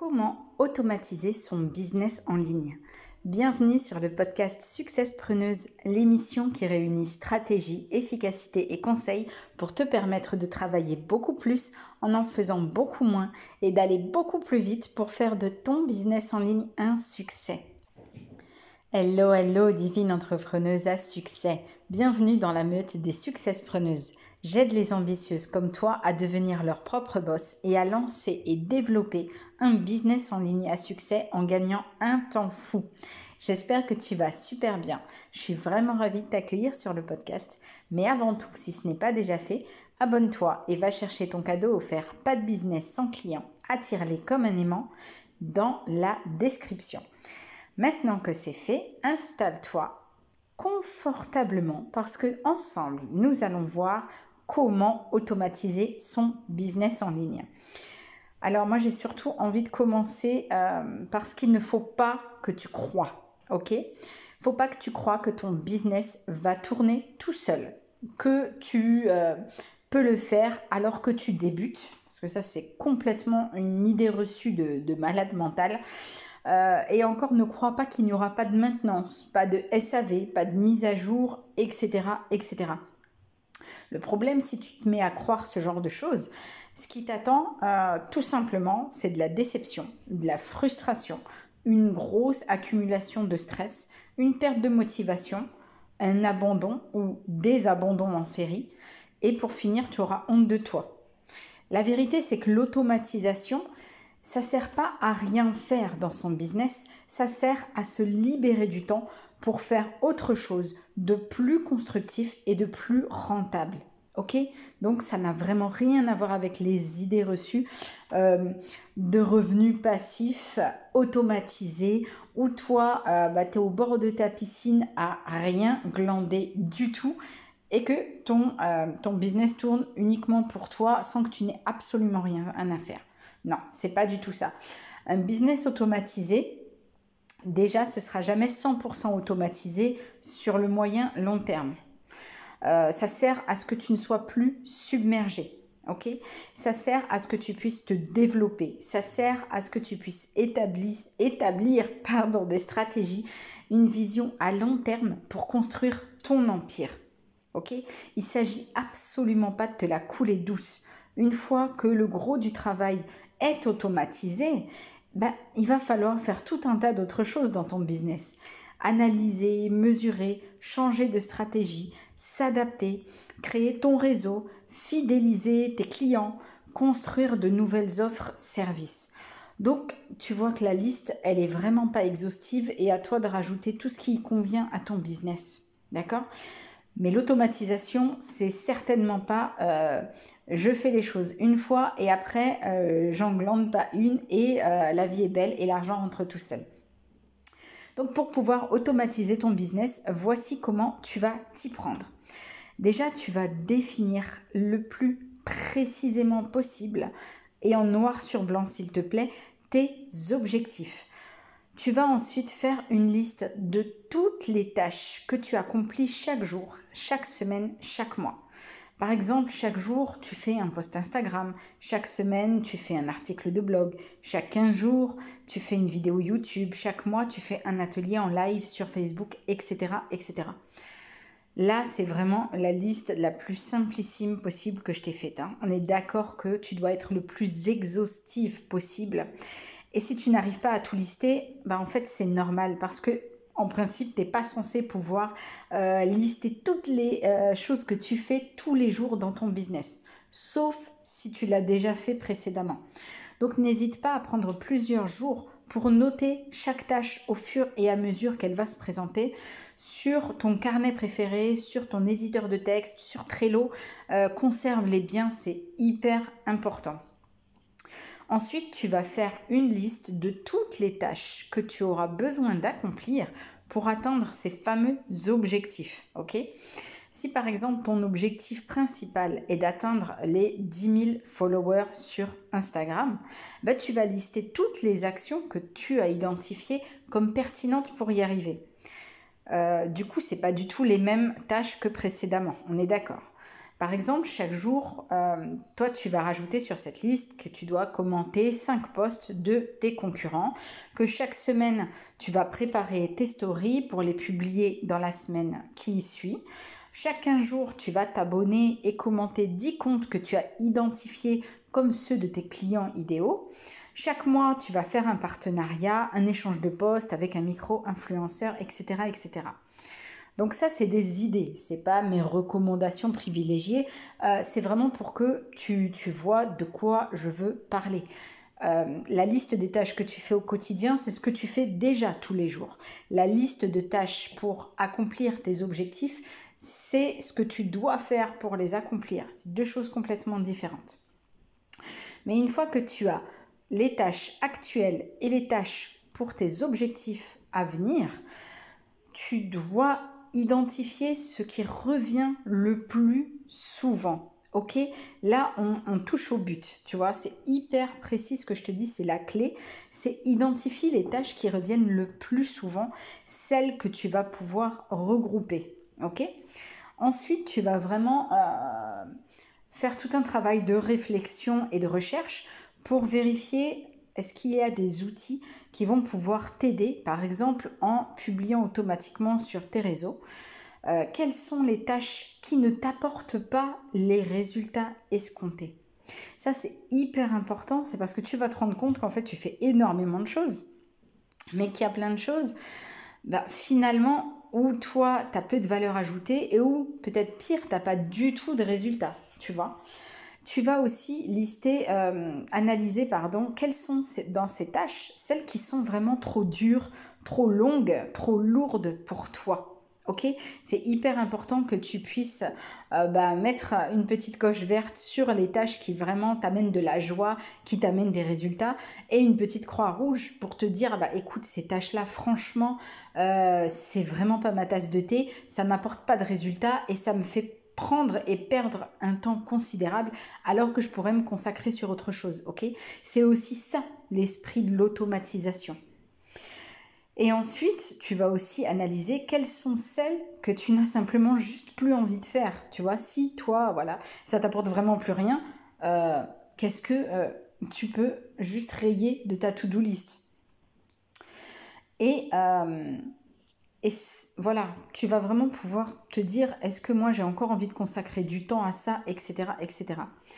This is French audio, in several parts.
Comment automatiser son business en ligne? Bienvenue sur le podcast Successpreneuse, l'émission qui réunit stratégie, efficacité et conseils pour te permettre de travailler beaucoup plus en faisant beaucoup moins et d'aller beaucoup plus vite pour faire de ton business en ligne un succès. Hello, hello, divine entrepreneuse à succès. Bienvenue dans la meute des successpreneuses. J'aide les ambitieuses comme toi à devenir leur propre boss et à lancer et développer un business en ligne à succès en gagnant un temps fou. J'espère que tu vas super bien. Je suis vraiment ravie de t'accueillir sur le podcast. Mais avant tout, si ce n'est pas déjà fait, abonne-toi et va chercher ton cadeau offert Pas de business sans client, attire-les comme un aimant dans la description. Maintenant que c'est fait, installe-toi confortablement parce que ensemble, nous allons voir comment automatiser son business en ligne. Alors moi, j'ai surtout envie de commencer par ce qu'il ne faut pas que tu crois, ok? Il ne faut pas que tu crois que ton business va tourner tout seul, que tu peux le faire alors que tu débutes, parce que ça, c'est complètement une idée reçue de malade mental. Et encore, ne crois pas qu'il n'y aura pas de maintenance, pas de SAV, pas de mise à jour, etc., etc. Le problème, si tu te mets à croire ce genre de choses, ce qui t'attend, tout simplement, c'est de la déception, de la frustration, une grosse accumulation de stress, une perte de motivation, un abandon ou des abandons en série. Et pour finir, tu auras honte de toi. La vérité, c'est que l'automatisation, ça ne sert pas à rien faire dans son business, ça sert à se libérer du temps pour faire autre chose de plus constructif et de plus rentable. Ok? Donc ça n'a vraiment rien à voir avec les idées reçues de revenus passifs automatisés où toi, tu es au bord de ta piscine à rien glander du tout et que ton business tourne uniquement pour toi sans que tu n'aies absolument rien à faire. Non, c'est pas du tout ça. Un business automatisé, déjà, ce sera jamais 100% automatisé sur le moyen long terme. Ça sert à ce que tu ne sois plus submergé. Ok? Ça sert à ce que tu puisses te développer. Ça sert à ce que tu puisses établir des stratégies, une vision à long terme pour construire ton empire. Ok? Il ne s'agit absolument pas de te la couler douce. Une fois que le gros du travail est automatisé, il va falloir faire tout un tas d'autres choses dans ton business. Analyser, mesurer, changer de stratégie, s'adapter, créer ton réseau, fidéliser tes clients, construire de nouvelles offres, services. Donc, tu vois que la liste, elle est vraiment pas exhaustive et à toi de rajouter tout ce qui convient à ton business. D'accord ? Mais l'automatisation, c'est certainement pas je fais les choses une fois et après j'en glande pas une et la vie est belle et l'argent rentre tout seul. Donc pour pouvoir automatiser ton business, voici comment tu vas t'y prendre. Déjà, tu vas définir le plus précisément possible et en noir sur blanc s'il te plaît, tes objectifs. Tu vas ensuite faire une liste de toutes les tâches que tu accomplis chaque jour, chaque semaine, chaque mois. Par exemple, chaque jour, tu fais un post Instagram. Chaque semaine, tu fais un article de blog. Chaque 15 jours, tu fais une vidéo YouTube. Chaque mois, tu fais un atelier en live sur Facebook, etc., etc. Là, c'est vraiment la liste la plus simplissime possible que je t'ai faite. On est d'accord que tu dois être le plus exhaustif possible. Et si tu n'arrives pas à tout lister, en fait, c'est normal parce que en principe, tu n'es pas censé pouvoir lister toutes les choses que tu fais tous les jours dans ton business, sauf si tu l'as déjà fait précédemment. Donc, n'hésite pas à prendre plusieurs jours pour noter chaque tâche au fur et à mesure qu'elle va se présenter sur ton carnet préféré, sur ton éditeur de texte, sur Trello. Conserve-les bien, c'est hyper important. Ensuite, tu vas faire une liste de toutes les tâches que tu auras besoin d'accomplir pour atteindre ces fameux objectifs. Ok ? Si par exemple ton objectif principal est d'atteindre les 10 000 followers sur Instagram, tu vas lister toutes les actions que tu as identifiées comme pertinentes pour y arriver. Du coup, ce n'est pas du tout les mêmes tâches que précédemment, on est d'accord. Par exemple, chaque jour, toi, tu vas rajouter sur cette liste que tu dois commenter 5 posts de tes concurrents, que chaque semaine, tu vas préparer tes stories pour les publier dans la semaine qui suit. Chaque 15 jours, tu vas t'abonner et commenter 10 comptes que tu as identifiés comme ceux de tes clients idéaux. Chaque mois, tu vas faire un partenariat, un échange de posts avec un micro-influenceur, etc., etc. Donc ça, c'est des idées, c'est pas mes recommandations privilégiées, c'est vraiment pour que tu vois de quoi je veux parler. La liste des tâches que tu fais au quotidien, c'est ce que tu fais déjà tous les jours. La liste de tâches pour accomplir tes objectifs, c'est ce que tu dois faire pour les accomplir. C'est 2 choses complètement différentes. Mais une fois que tu as les tâches actuelles et les tâches pour tes objectifs à venir, tu dois identifier ce qui revient le plus souvent. Ok, là on touche au but, tu vois, c'est hyper précis ce que je te dis, c'est la clé, c'est identifier les tâches qui reviennent le plus souvent, celles que tu vas pouvoir regrouper. Ok, ensuite tu vas vraiment faire tout un travail de réflexion et de recherche pour vérifier est-ce qu'il y a des outils qui vont pouvoir t'aider, par exemple en publiant automatiquement sur tes réseaux. Quelles sont les tâches qui ne t'apportent pas les résultats escomptés? Ça, c'est hyper important, c'est parce que tu vas te rendre compte qu'en fait, tu fais énormément de choses, mais qu'il y a plein de choses, finalement, où toi, tu as peu de valeur ajoutée et où, peut-être pire, tu n'as pas du tout de résultats, tu vois. Tu vas aussi analyser, quelles sont dans ces tâches, celles qui sont vraiment trop dures, trop longues, trop lourdes pour toi. Ok, c'est hyper important que tu puisses mettre une petite coche verte sur les tâches qui vraiment t'amènent de la joie, qui t'amènent des résultats, et une petite croix rouge pour te dire écoute, ces tâches-là, franchement, c'est vraiment pas ma tasse de thé, ça m'apporte pas de résultats et ça me fait prendre et perdre un temps considérable alors que je pourrais me consacrer sur autre chose. Ok, c'est aussi ça l'esprit de l'automatisation. Et ensuite, tu vas aussi analyser quelles sont celles que tu n'as simplement juste plus envie de faire. Tu vois, si toi, voilà, ça t'apporte vraiment plus rien, qu'est-ce que tu peux juste rayer de ta to-do list? Et voilà, tu vas vraiment pouvoir te dire, est-ce que moi j'ai encore envie de consacrer du temps à ça, etc., etc.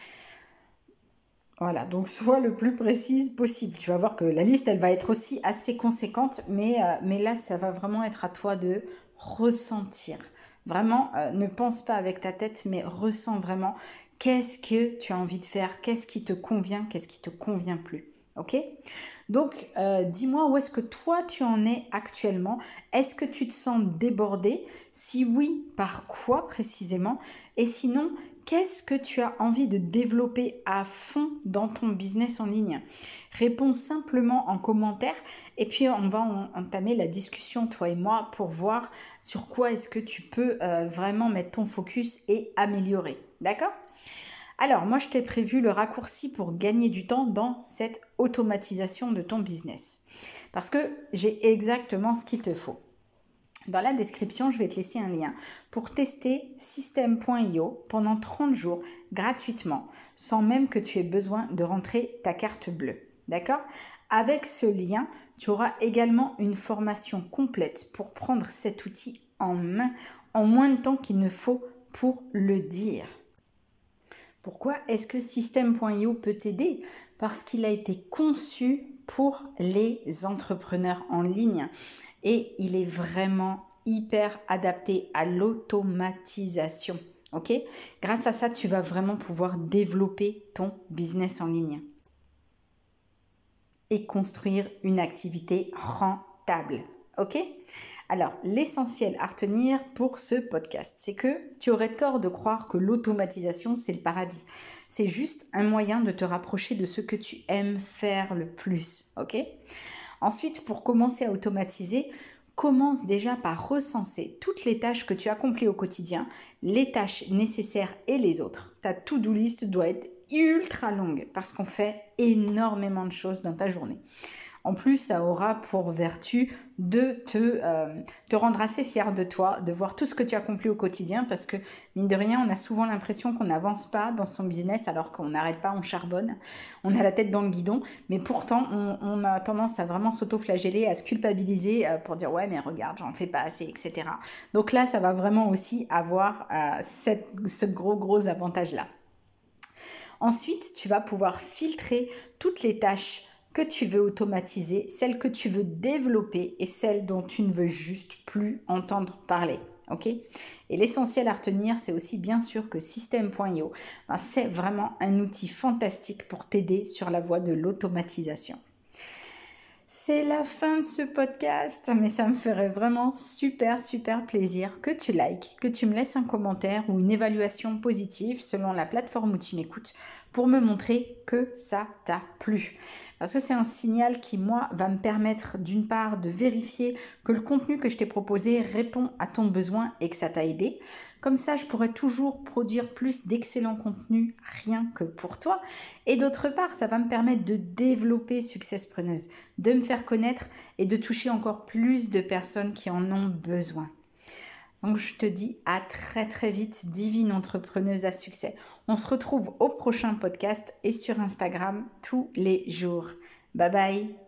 Voilà, donc sois le plus précise possible. Tu vas voir que la liste, elle va être aussi assez conséquente, mais là, ça va vraiment être à toi de ressentir. Vraiment, ne pense pas avec ta tête, mais ressens vraiment qu'est-ce que tu as envie de faire, qu'est-ce qui te convient, qu'est-ce qui te convient plus. Ok ? Donc, dis-moi où est-ce que toi tu en es actuellement. Est-ce que tu te sens débordé? Si oui, par quoi précisément? Et sinon, qu'est-ce que tu as envie de développer à fond dans ton business en ligne? Réponds simplement en commentaire et puis on va entamer la discussion, toi et moi, pour voir sur quoi est-ce que tu peux vraiment mettre ton focus et améliorer. D'accord ? Alors, moi, je t'ai prévu le raccourci pour gagner du temps dans cette automatisation de ton business. Parce que j'ai exactement ce qu'il te faut. Dans la description, je vais te laisser un lien pour tester System.io pendant 30 jours gratuitement, sans même que tu aies besoin de rentrer ta carte bleue. D'accord ? Avec ce lien, tu auras également une formation complète pour prendre cet outil en main en moins de temps qu'il ne faut pour le dire. Pourquoi est-ce que System.io peut t'aider? Parce qu'il a été conçu pour les entrepreneurs en ligne et il est vraiment hyper adapté à l'automatisation. Ok? Grâce à ça, tu vas vraiment pouvoir développer ton business en ligne et construire une activité rentable. Ok? Alors, l'essentiel à retenir pour ce podcast, c'est que tu aurais tort de croire que l'automatisation, c'est le paradis. C'est juste un moyen de te rapprocher de ce que tu aimes faire le plus. Ok? Ensuite, pour commencer à automatiser, commence déjà par recenser toutes les tâches que tu accomplis au quotidien, les tâches nécessaires et les autres. Ta to-do list doit être ultra longue parce qu'on fait énormément de choses dans ta journée. En plus, ça aura pour vertu de te rendre assez fier de toi, de voir tout ce que tu accomplis au quotidien, parce que mine de rien, on a souvent l'impression qu'on n'avance pas dans son business alors qu'on n'arrête pas, on charbonne, on a la tête dans le guidon, mais pourtant on a tendance à vraiment s'auto-flageller, à se culpabiliser pour dire ouais mais regarde, j'en fais pas assez, etc. Donc là, ça va vraiment aussi avoir ce gros avantage-là. Ensuite, tu vas pouvoir filtrer toutes les tâches que tu veux automatiser, celles que tu veux développer et celles dont tu ne veux juste plus entendre parler. Ok ? Et l'essentiel à retenir, c'est aussi bien sûr que System.io, c'est vraiment un outil fantastique pour t'aider sur la voie de l'automatisation. C'est la fin de ce podcast, mais ça me ferait vraiment super plaisir que tu likes, que tu me laisses un commentaire ou une évaluation positive selon la plateforme où tu m'écoutes pour me montrer que ça t'a plu. Parce que c'est un signal qui, moi, va me permettre d'une part de vérifier que le contenu que je t'ai proposé répond à ton besoin et que ça t'a aidé. Comme ça, je pourrais toujours produire plus d'excellents contenus rien que pour toi. Et d'autre part, ça va me permettre de développer Successpreneuse, de me faire connaître et de toucher encore plus de personnes qui en ont besoin. Donc, je te dis à très vite, divine entrepreneuse à succès. On se retrouve au prochain podcast et sur Instagram tous les jours. Bye bye!